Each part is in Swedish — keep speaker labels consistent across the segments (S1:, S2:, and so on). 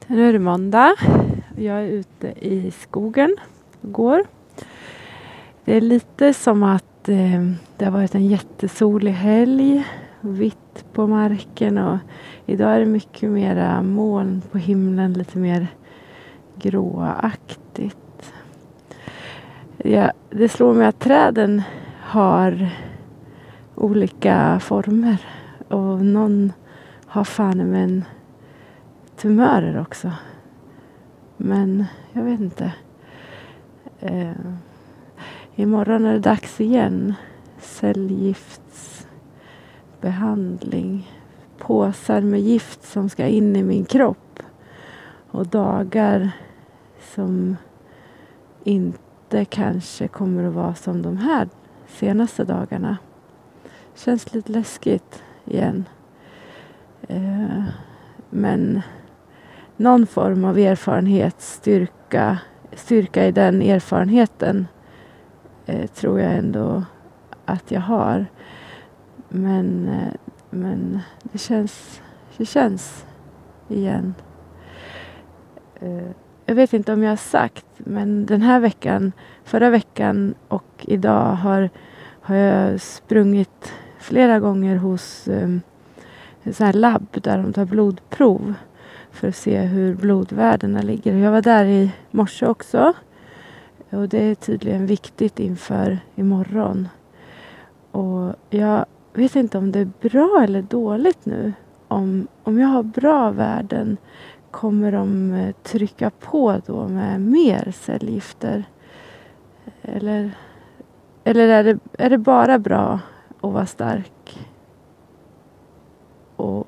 S1: Nu är det måndag. Jag är ute i skogen och går. Det är lite som att det har varit en jättesolig helg. Vitt på marken och idag är det mycket mera moln på himlen. Lite mer gråaktigt. Ja, det slår mig att träden har olika former. Och någon har fan med en tumörer också. Men jag vet inte. Imorgon är det dags igen. Cellgiftsbehandling. Påsar med gift som ska in i min kropp. Och dagar som inte kanske kommer att vara som de här senaste dagarna. Känns lite läskigt igen. Men någon form av erfarenhet, styrka i den erfarenheten tror jag ändå att jag har. Men det känns igen. Jag vet inte om jag har sagt, men den här veckan, förra veckan och idag har jag sprungit flera gånger hos så här labb där de tar blodprov för att se hur blodvärdena ligger. Jag var där i morse också. Och det är tydligen viktigt inför imorgon. Och jag vet inte om det är bra eller dåligt nu. Om jag har bra värden, kommer de trycka på då med mer cellgifter? Eller är det bara bra att vara stark? Och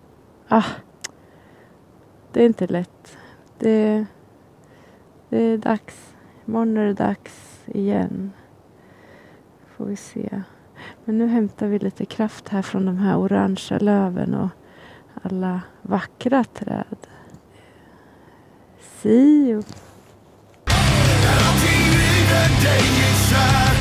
S1: det är inte lätt. Det är dags. Imorgon är det dags igen. Får vi se. Men nu hämtar vi lite kraft här från de här orangea löven och alla vackra träd. See you.